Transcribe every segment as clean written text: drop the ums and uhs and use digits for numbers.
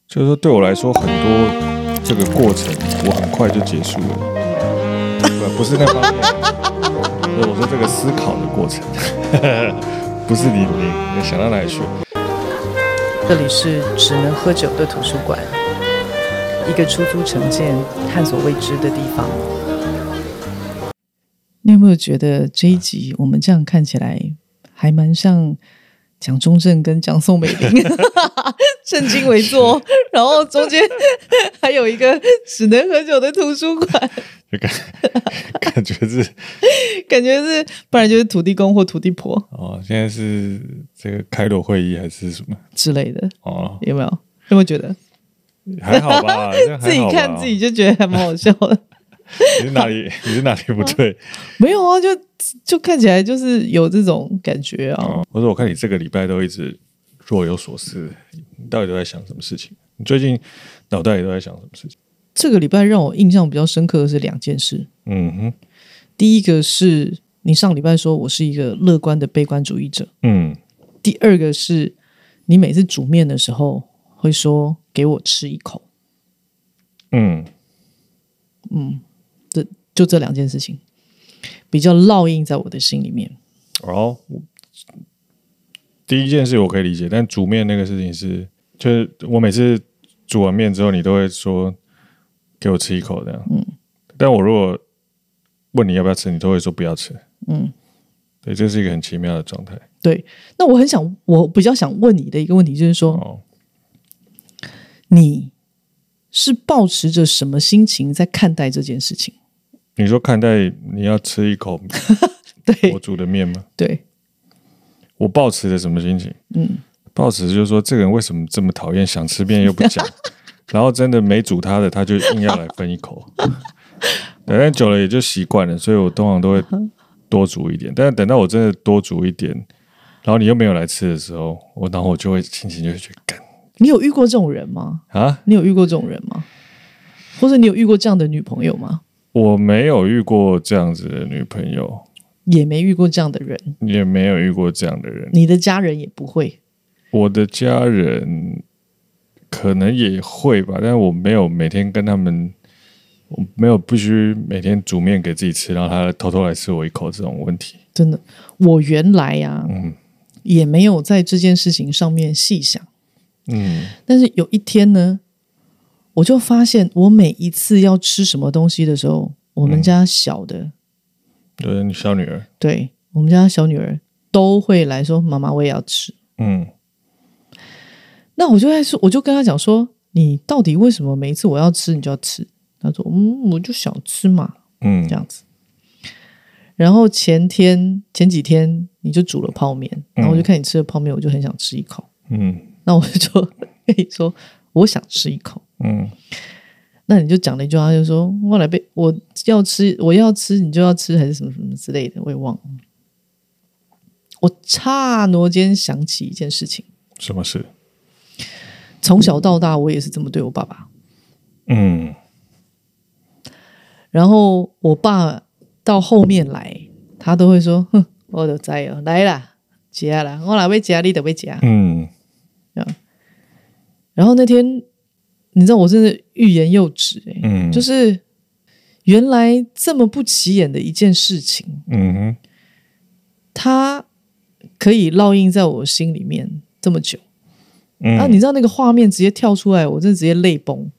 就是说对我来说，很多这个过程我很快就结束了，不是那方面，我说这个思考的过程，不是你想到哪里去？ 这里是只能喝酒的图书馆，一个出租成见、探索未知的地方。你有没有觉得这一集我们这样看起来还蛮像蒋中正跟蒋宋美龄正襟危坐，然后中间还有一个只能喝酒的图书馆， 感觉是不然就是土地公或土地婆哦。现在是这个开罗会议还是什么之类的哦？ 有没有觉得还好吧？这样还好吧， 自己看自己就觉得还蛮好笑的。 你是哪里不对？ 没有啊，就看起来就是有这种感觉啊。 我说我看你这个礼拜都一直若有所思，你到底都在想什么事情？你最近脑袋里都在想什么事情？ 这个礼拜让我印象比较深刻的是两件事。 嗯哼， 第一个是你上礼拜说我是一个乐观的悲观主义者。 嗯。 第二个是你每次煮面的时候会说给我吃一口。就这两件事情比较烙印在我的心里面。 哦，第一件事我可以理解，但煮面那个事情是，就是我每次煮完面之后，你都会说给我吃一口这样。但我如果问你要不要吃，你都会说不要吃。对，这是一个很奇妙的状态。 对，那我比较想问你的一个问题就是说，你是抱持着什么心情在看待这件事情？ 你说看待你要吃一口对我煮的面吗？ 对， 我抱持着什么心情？抱持就是说这个人为什么这么讨厌，想吃面又不讲，然后真的没煮他的，他就硬要来分一口。但久了也就习惯了，所以我通常都会多煮一点。但是等到我真的多煮一点，然后你又没有来吃的时候，然后我就会心情就会觉得干。 你有遇过这种人吗？你有遇过这种人吗？或者你有遇过这样的女朋友吗？ 我没有遇过这样子的女朋友， 也没遇过这样的人， 也没有遇过这样的人。 你的家人也不会？ 我的家人可能也会吧，但我没有每天跟他们，我没有必须每天煮面给自己吃，然后他偷偷来吃我一口这种问题。 真的，我原来也没有在这件事情上面细想。但是有一天呢，我就发现我每一次要吃什么东西的时候，我们家小的， 对，你小女儿， 对，我们家小女儿都会来说妈妈我也要吃。那我就跟她讲说，你到底为什么每一次我要吃你就要吃？她说我就想吃嘛，这样子。然后前几天你就煮了泡面，然后我就看你吃了泡面，我就很想吃一口。那我就跟你说我想吃一口。那你就讲了一句话，就说我要吃你就要吃，还是什么什么之类的，我也忘了。我刹那间想起一件事情。 什么事？ 从小到大我也是这么对我爸爸。然后我爸到后面来他都会说哼，我就知道来啦，吃啦，我哪要吃你就要吃。然后那天你知道我真的欲言又止。就是原来这么不起眼的一件事情，它可以烙印在我心里面这么久。你知道那个画面直接跳出来，我真的直接泪崩。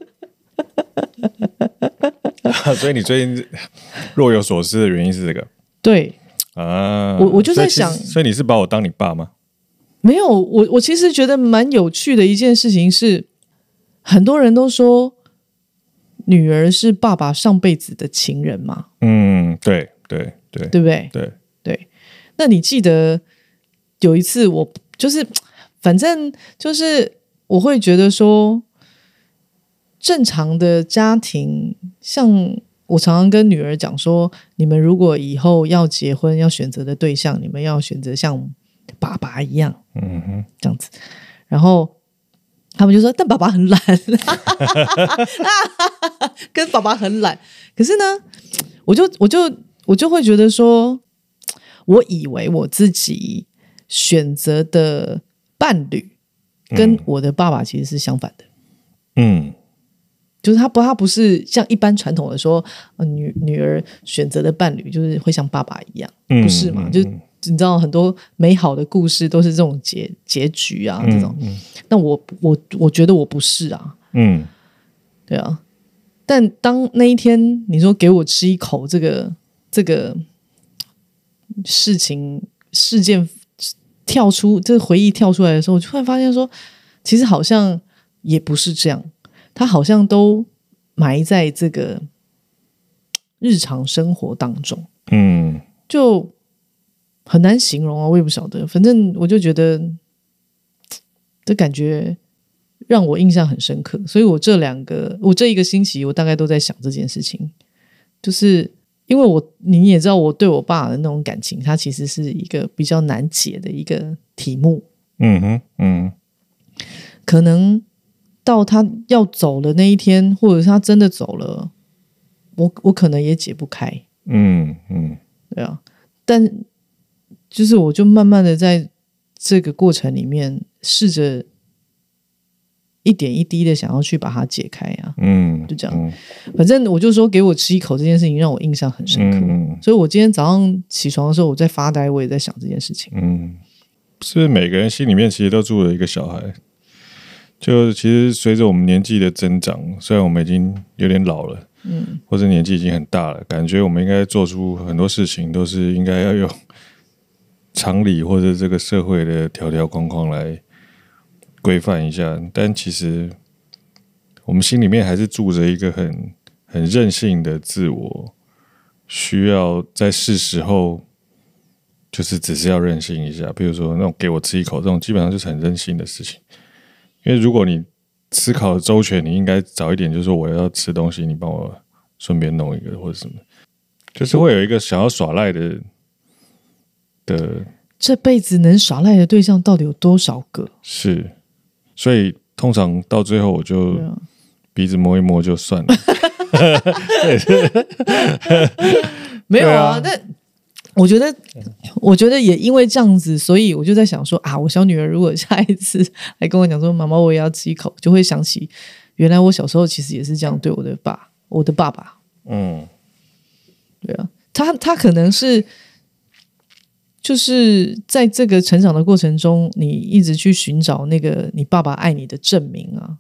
所以你最近若有所思的原因是这个？ 对啊， 我就在想， 所以你是把我当你爸吗？ 没有，我其实觉得蛮有趣的一件事情是，很多人都说女儿是爸爸上辈子的情人嘛。 对， 对不对？对。那你记得有一次我就是反正就是我会觉得说，正常的家庭，像我常常跟女儿讲说，你们如果以后要结婚要选择的对象，你们要选择像爸爸一样，这样子。然后他们就说但爸爸很懒跟爸爸很懒。可是呢我就会觉得说，我以为我自己选择的伴侣跟我的爸爸其实是相反的。 就是他不是像一般传统的说，女儿选择的伴侣就是会像爸爸一样，不是嘛？就你知道很多美好的故事都是这种结局啊，这种。那我觉得我不是啊，对啊。但当那一天你说给我吃一口这个事件跳出这个回忆跳出来的时候，我就突然发现说，其实好像也不是这样。它好像都埋在这个日常生活当中，就很难形容啊，我也不晓得，反正我就觉得这感觉让我印象很深刻，所以我这一个星期我大概都在想这件事情，就是因为你也知道我对我爸的那种感情，它其实是一个比较难解的一个题目，可能到他要走的那一天，或者是他真的走了，我可能也解不开，对啊，但就是我就慢慢的在这个过程里面试着一点一滴的想要去把它解开啊，就这样，反正我就说给我吃一口这件事情让我印象很深刻，所以我今天早上起床的时候我在发呆，我也在想这件事情， 是不是每个人心里面其实都住了一个小孩？就其实随着我们年纪的增长，虽然我们已经有点老了，或者年纪已经很大了，感觉我们应该做出很多事情都是应该要用常理或者这个社会的条条框框来规范一下，但其实我们心里面还是住着一个很任性的自我，需要在是时候就是只是要任性一下，比如说那种给我吃一口这种基本上就是很任性的事情。因为如果你思考的周全，你应该早一点就说我要吃东西，你帮我顺便弄一个或者什么，就是会有一个想要耍赖的这辈子能耍赖的对象到底有多少个？ 是，所以通常到最后我就鼻子摸一摸就算了。 没有啊，但我觉得也因为这样子，所以我就在想说啊，我小女儿如果下一次来跟我讲说妈妈我也要吃一口，就会想起原来我小时候其实也是这样对我的爸爸。对啊，他可能是就是在这个成长的过程中，你一直去寻找那个你爸爸爱你的证明啊。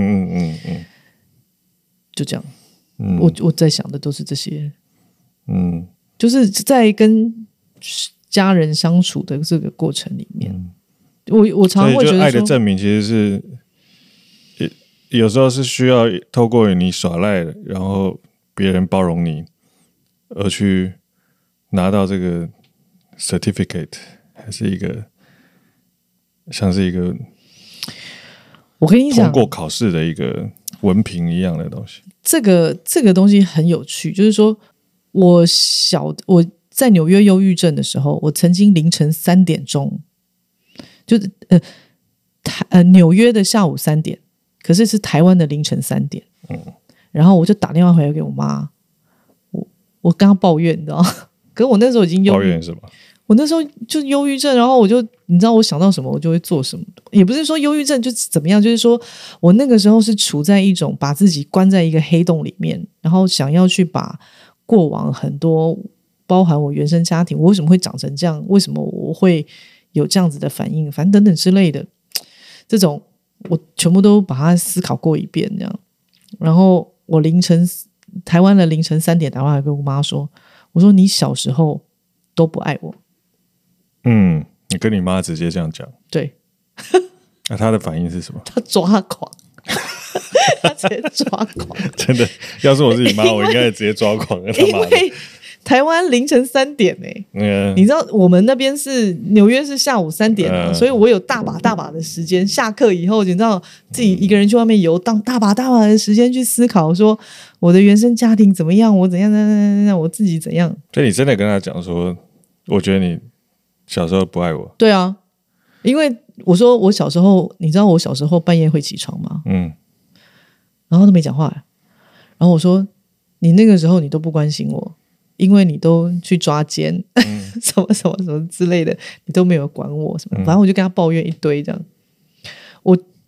就这样。我在想的都是这些。就是在跟家人相处的这个过程里面，我常常会觉得说， 爱的证明其实是有时候是需要透过你耍赖，然后别人包容你，而去拿到这个 certificate， 还是一个像是一个我跟你讲通过考试的一个文凭一样的东西。 这个东西很有趣，就是说我在纽约忧郁症的时候，我曾经凌晨3点钟，就是纽约的下午3点，可是台湾的凌晨3点。然后我就打电话回来给我妈，我跟她抱怨，你知道吗？可是我那时候已经忧郁， 抱怨什么？ 我那时候就忧郁症，然后你知道我想到什么我就会做什么，也不是说忧郁症就怎么样，就是说我那个时候是处在一种把自己关在一个黑洞里面，然后想要去把过往很多包含我原生家庭，我为什么会长成这样，为什么我会有这样子的反应，反正等等之类的，这种我全部都把它思考过一遍这样。然后我台湾的凌晨3点打电话跟我妈说，我说你小时候都不爱我。 你跟你妈直接这样讲？对。那她的反应是什么？ 她抓狂。她直接抓狂。 真的，要是我自己妈，我应该也直接抓狂了。 因为台湾凌晨3点你知道我们那边是纽约是下午3点啊，所以我有大把的时间，下课以后你知道自己一个人去外面游荡，大把的时间去思考说我的原生家庭怎么样，我怎样我自己怎样。 所以你真的跟他讲说，我觉得你小时候不爱我。 对啊，因为我说我小时候，你知道我小时候半夜会起床吗？然后都没讲话。然后我说你那个时候你都不关心我，因为你都去抓奸，什么什么什么之类的，你都没有管我什么，反正我就跟他抱怨一堆这样。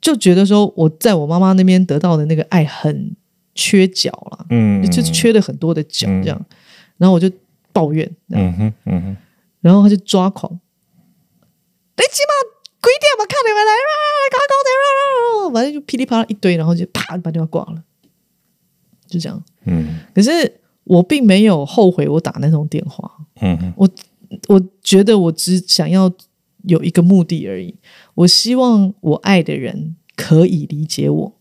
就觉得说我在我妈妈那边得到的那个爱很缺角啦，就是缺了很多的角这样，然后我就抱怨，然后他就抓狂，你起码几点嘛看你们来，赶快讲点，反正就噼里啪啦一堆，然后就啪把电话挂了，就这样。可是我并没有后悔我打那通电话，我觉得我只想要有一个目的而已，我希望我爱的人可以理解我。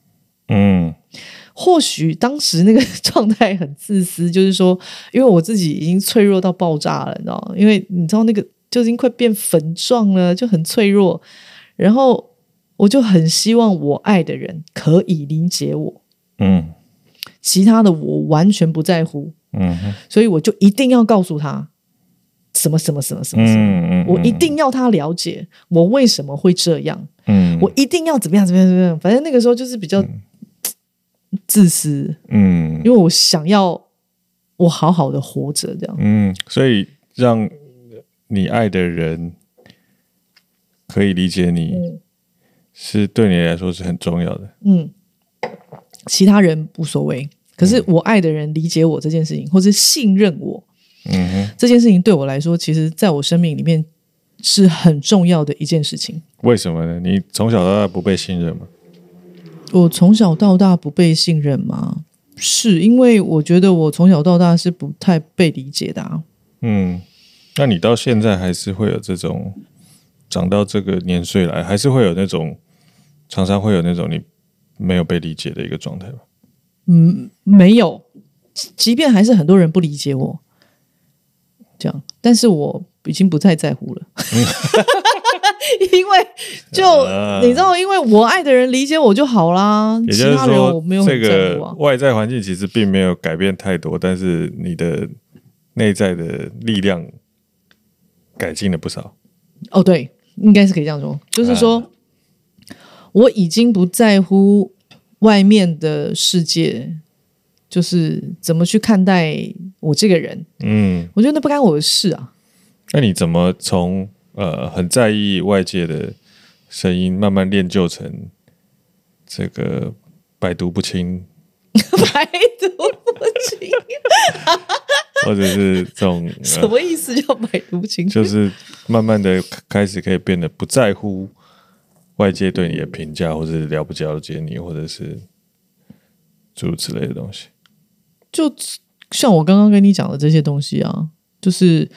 或许当时那个状态很自私，就是说因为我自己已经脆弱到爆炸了，你知道吗？因为你知道那个就已经快变粉状了，就很脆弱，然后我就很希望我爱的人可以理解我，其他的我完全不在乎，所以我就一定要告诉他什么什么什么什么什么，我一定要他了解我为什么会这样，我一定要怎么样怎么样怎么样，反正那个时候就是比较自私，因为我想要我好好的活着这样， 所以让你爱的人可以理解你，是对你来说是很重要的。其他人无所谓，可是我爱的人理解我这件事情，或是信任我，这件事情对我来说，其实在我生命里面是很重要的一件事情。 为什么呢？你从小到大不被信任吗？ 我从小到大不被信任吗？是因为我觉得我从小到大是不太被理解的啊。 那你到现在还是会有这种长到这个年岁来，还是会有那种常常会有那种你没有被理解的一个状态吗？ 没有，即便还是很多人不理解我，这样，但是我已经不太在乎了。因为就你知道，因为我爱的人理解我就好啦， 也就是说其他人我没有很在乎啊。 这个外在环境其实并没有改变太多，但是你的内在的力量改进了不少。 对，应该是可以这样说，就是说，我已经不在乎外面的世界，就是怎么去看待我这个人。我觉得那不干我的事啊。 那你怎么从很在意外界的声音，慢慢练就成这个百毒不侵？ 百毒不侵， 或者是这种什么意思叫百毒不侵？ 就是慢慢的开始可以变得不在乎外界对你的评价，或者是了不了解你，或者是诸如此类的东西。 就像我刚刚跟你讲的这些东西啊，就是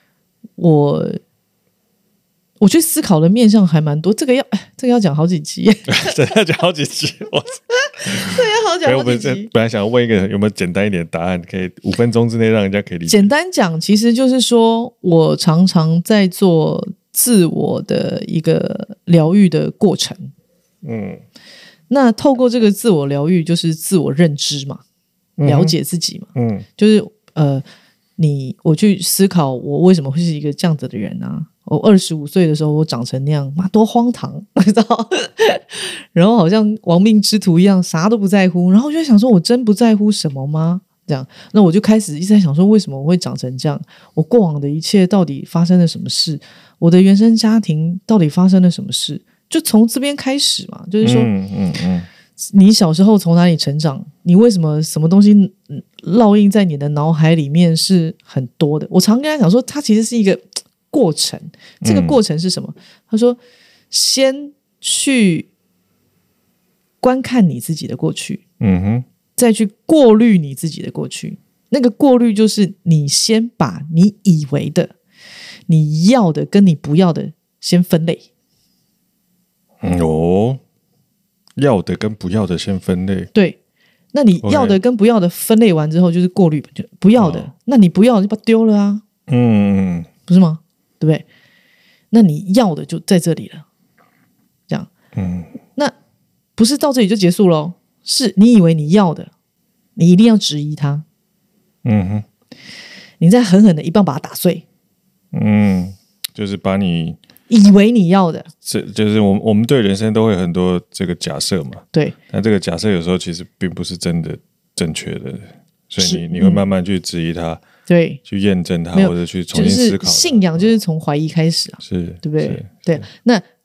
我去思考的面向还蛮多，这个要讲好几集， 这要讲好几集， 这个要好讲好几集。 本来想问一个有没有简单一点的答案，可以5分钟之内让人家可以理解。 简单讲，其实就是说我常常在做自我的一个疗愈的过程。那透过这个自我疗愈，就是自我认知嘛，了解自己嘛。就是我去思考我为什么会是一个这样子的人啊。我25岁的时候我长成那样，妈多荒唐，你知道然后好像亡命之徒一样，啥都不在乎，然后我就在想说，我真不在乎什么吗？这样，那我就开始一直在想说，为什么我会长成这样？我过往的一切到底发生了什么事？我的原生家庭到底发生了什么事？就从这边开始嘛，就是说你小时候从哪里成长，你为什么什么东西烙印在你的脑海里面是很多的。我常跟他讲说，它其实是一个过程。这个过程是什么？他说先去观看你自己的过去，再去过滤你自己的过去。那个过滤就是你先把你以为的、你要的跟你不要的先分类。 要的跟不要的先分类。 对，那你要的跟不要的分类完之后，就是过滤。不要的，那你不要的就把它丢了啊。不是吗？对不对？那你要的就在这里了，这样。那不是到这里就结束咯，是你以为你要的，你一定要质疑它。你再狠狠的一棒把它打碎。 就是把你以为你要的， 就是我们对人生都会有很多这个假设嘛。 对， 但这个假设有时候其实并不是真的正确的，所以你会慢慢去质疑它， 对， 去验证它，或者去重新思考。 就是信仰就是从怀疑开始啊， 是， 对不对？对，那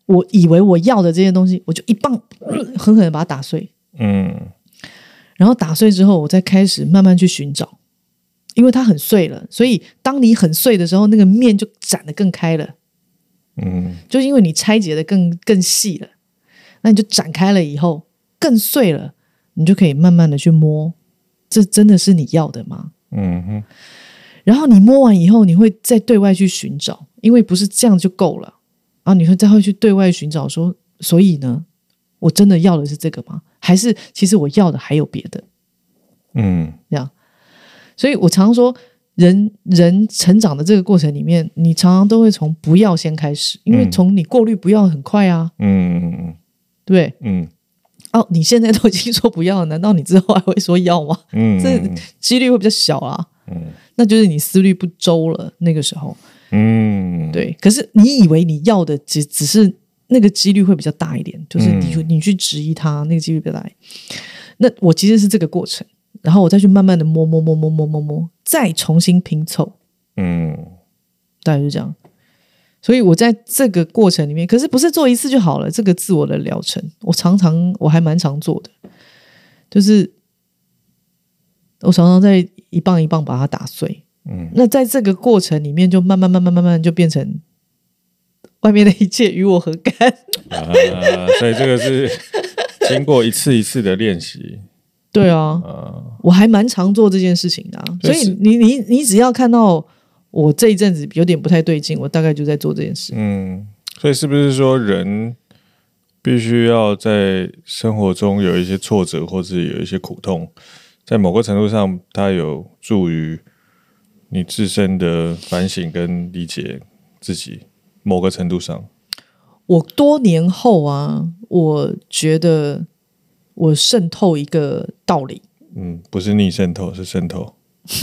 我以为我要的这些东西，我就一棒狠狠的把它打碎。然后打碎之后，我再开始慢慢去寻找，因为它很碎了，所以当你很碎的时候，那个面就展得更开了。就因为你拆解的更细了，那你就展开了以后更碎了，你就可以慢慢的去摸，这真的是你要的吗？然后你摸完以后，你会再对外去寻找，因为不是这样就够了啊，你会再去对外寻找说，所以呢，我真的要的是这个吗？还是其实我要的还有别的？这样，所以我常常说，人成长的这个过程里面，你常常都会从不要先开始，因为从你过滤不要很快啊，对，你现在都已经说不要了，难道你之后还会说要吗？这几率会比较小啊，那就是你思虑不周了，那个时候，对。可是你以为你要的只是那个几率会比较大一点，就是你去质疑它，那个几率比较大。那我其实是这个过程。然后我再去慢慢的摸，再重新拼凑，大概就这样。所以我在这个过程里面，可是不是做一次就好了，这个自我的疗程，我还蛮常做的，就是我常常在一棒一棒把它打碎。那在这个过程里面，就慢慢就变成外面的一切与我何干所以这个是经过一次一次的练习。 对啊，我还蛮常做这件事情的所以你只要看到我这一阵子有点不太对劲，我大概就在做这件事。 所以是不是说人必须要在生活中有一些挫折，或是有一些苦痛，在某个程度上，它有助于你自身的反省跟理解自己？某个程度上， 我多年后啊，我觉得我渗透一个道理， 不是逆渗透，是渗透，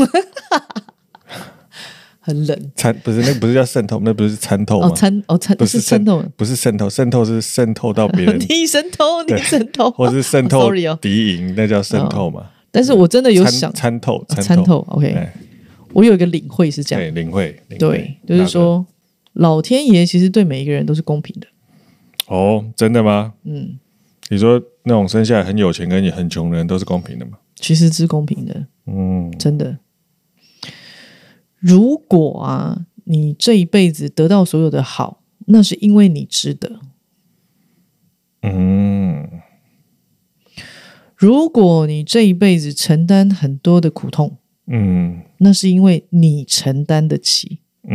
很冷。 不是那不是叫渗透，那不是参透吗？ 不是渗透， 不是渗透，渗透是渗透到别人， 逆渗透， 或是渗透敌营，那叫渗透嘛。 但是我真的有想参透 ，OK，我有一个领会是这样， 领会， 对，就是说，老天爷其实对每一个人都是公平的。 真的吗？你说那种生下来很有钱跟你很穷的人都是公平的吗？ 其实是公平的，真的。如果啊，你这一辈子得到所有的好，那是因为你值得。如果你这一辈子承担很多的苦痛，那是因为你承担得起。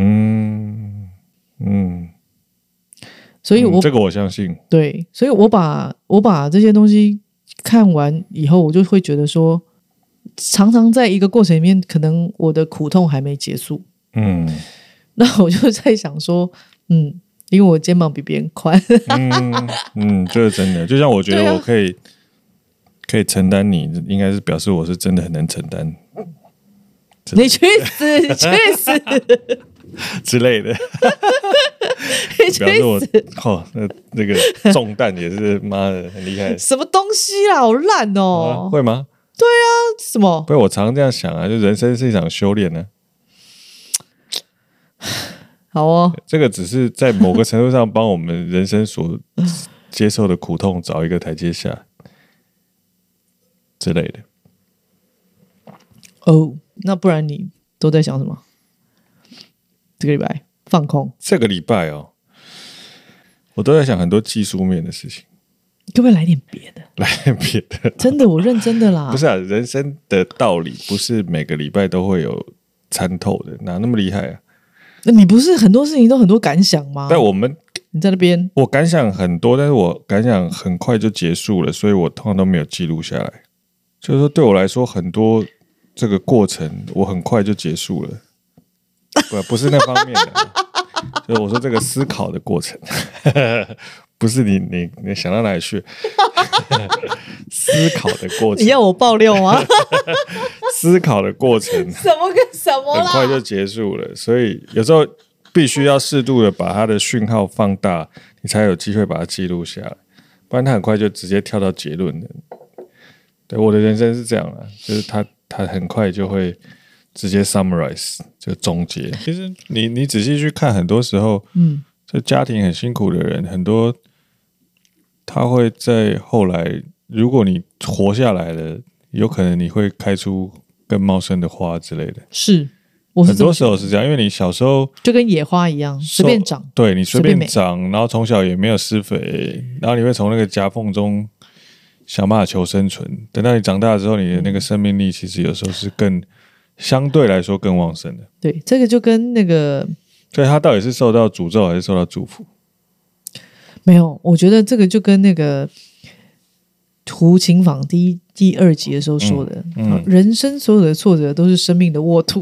所以这个我相信。 对，所以我把这些东西看完以后，我就会觉得说，常常在一个过程里面，可能我的苦痛还没结束。那我就在想说，因为我肩膀比别人宽。 这是真的。就像我觉得我可以承担你，应该是表示我是真的很能承担。 你去死！你去死！ 之类的，表示我那个重担也是妈的很厉害。 什么东西啦，好烂哦！ 会吗？ 对啊，什么？ 不是，我常常这样想啊，就人生是一场修炼呢。 好哦， 这个只是在某个程度上帮我们人生所接受的苦痛找一个台阶下之类的。 那不然你都在想什么？这个礼拜放空。 这个礼拜我都在想很多技术面的事情。 可不可以来点别的？ 来点别的？ 真的，我认真的啦。 不是啊，人生的道理不是每个礼拜都会有参透的，哪那么厉害啊？ 那你不是很多事情都很多感想吗？ 但你在那边， 我感想很多，但是我感想很快就结束了，所以我通常都没有记录下来。就是说，对我来说，很多这个过程我很快就结束了。不是那方面的，就是我说这个思考的过程，不是你想到哪里去？思考的过程， 你要我爆料吗？ 思考的过程， 什么跟什么啦？ 很快就结束了，所以有时候必须要适度的把它的讯号放大，你才有机会把它记录下来，不然它很快就直接跳到结论了。对，我的人生是这样的，就是它很快就会直接 summarize 就总结。其实你仔细去看，很多时候， 就家庭很辛苦的人，很多他会在后来，如果你活下来了，有可能你会开出更茂盛的花之类的。 是， 很多时候是这样，因为你小时候就跟野花一样，随便长， 对你随便长，然后从小也没有施肥，然后你会从那个夹缝中想办法求生存。等到你长大之后，你的那个生命力其实有时候是更相对来说更旺盛的。 对，这个就跟那个， 所以他到底是受到诅咒还是受到祝福？ 没有，我觉得这个就跟那个胡琴坊第2集的时候说的，人生所有的挫折都是生命的沃土。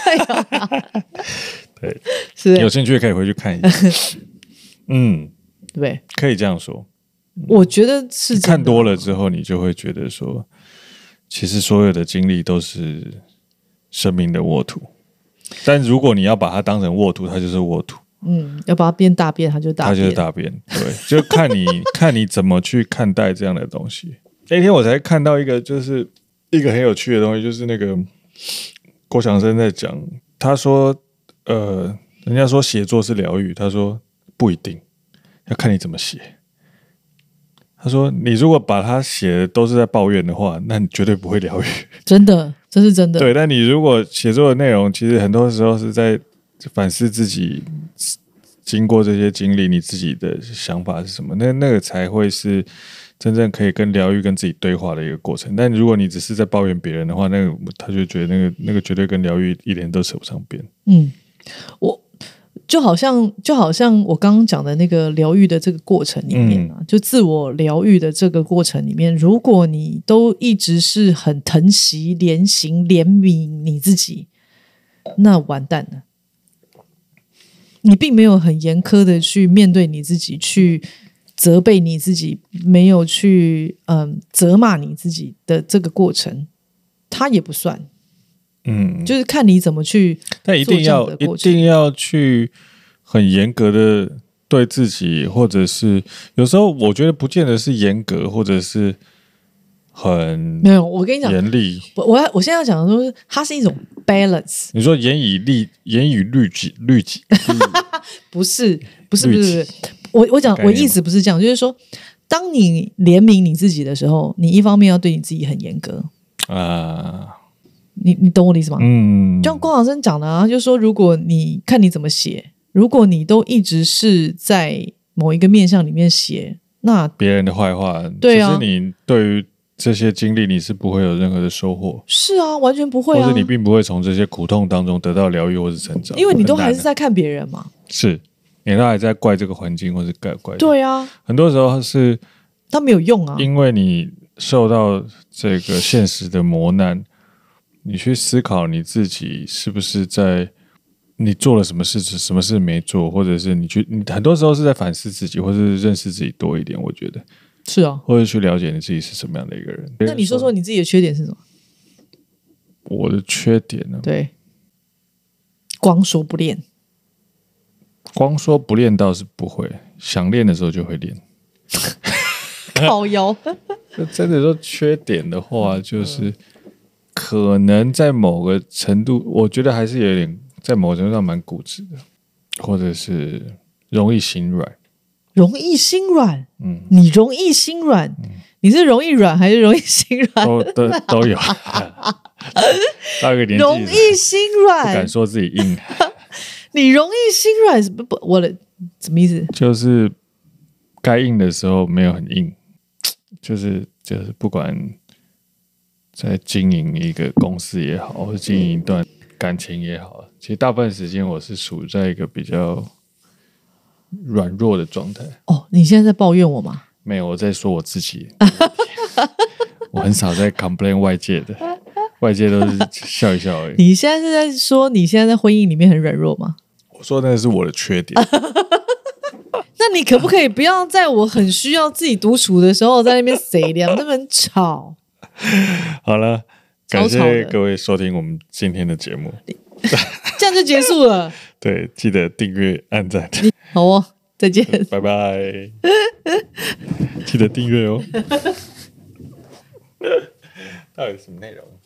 对， 是有兴趣可以回去看一下。 对， 可以这样说。 我觉得是看多了之后，你就会觉得说，其实所有的经历都是生命的沃土。但如果你要把它当成沃土，它就是沃土。 要把它变大便，它就大便， 它就是大便。对，就看你怎么去看待这样的东西。那天我才看到一个，就是一个很有趣的东西，就是那个郭强生在讲，他说，人家说写作是疗愈，他说不一定，要看你怎么写。他说，你如果把它写的都是在抱怨的话，那你绝对不会疗愈。 真的，这是真的。 对，但你如果写作的内容，其实很多时候是在反思自己，经过这些经历，你自己的想法是什么？那个才会是真正可以跟疗愈、跟自己对话的一个过程。但如果你只是在抱怨别人的话，那个他就觉得那个绝对跟疗愈一点都扯不上边。 我就好像我刚刚讲的那个疗愈的这个过程里面啊，就自我疗愈的这个过程里面，如果你都一直是很疼惜、怜惜、怜悯你自己，那完蛋了。你并没有很严苛的去面对你自己，去责备你自己，没有去责骂你自己的这个过程，它也不算。就是看你怎么去做， 但一定要去很严格的对自己，或者是有时候我觉得不见得是严格，或者是很没有。我跟你讲， 严厉。 我现在要讲的说，它是一种 balance。 你说严以律己， 不是。我讲我意思不是这样，就是说，当你怜悯你自己的时候，你一方面要对你自己很严格啊。你懂我的意思吗？就像郭老师讲的啊，就是说，如果你看你怎么写，如果你都一直是在某一个面向里面写，那别人的坏话， 对啊， 其实你对于这些经历你是不会有任何的收获。 是啊，完全不会啊， 或者你并不会从这些苦痛当中得到疗愈或是成长， 因为你都还是在看别人嘛。 是，你都还在怪这个环境，或是怪。 对啊， 很多时候是它没有用啊， 因为你受到这个现实的磨难。你去思考你自己是不是在你做了什么事没做，或者是你很多时候是在反思自己，或是认识自己多一点。我觉得是啊， 或者去了解你自己是什么样的一个人。 那你说说你自己的缺点是什么？ 我的缺点呢？ 对，光说不练， 光说不练倒是不会，想练的时候就会练。 靠腰。 真的说缺点的话，就是可能在某个程度，我觉得还是有点在某个程度上蛮固执的，或者是容易心软。 容易心软？你容易心软？你是容易软还是容易心软？ 都有。到一个年纪， 容易心软， 不敢说自己硬。 你容易心软，不，我的什么意思？ 就是该硬的时候没有很硬，就是不管在经营一个公司也好，或者经营一段感情也好，其实大部分时间我是处在一个比较软弱的状态。 哦，你现在在抱怨我吗？ 没有，我在说我自己。我很少在 complain 外界的，外界都是笑一笑而已。 你现在是在说你现在在婚姻里面很软弱吗？ 我说那是我的缺点。 那你可不可以不要在我很需要自己独处的时候在那边谁凉那么吵？ 好了，感谢各位收听我们今天的节目。 这样就结束了。 对，记得订阅、按赞。 好哦，再见， 拜拜。记得订阅哦。到底什么内容？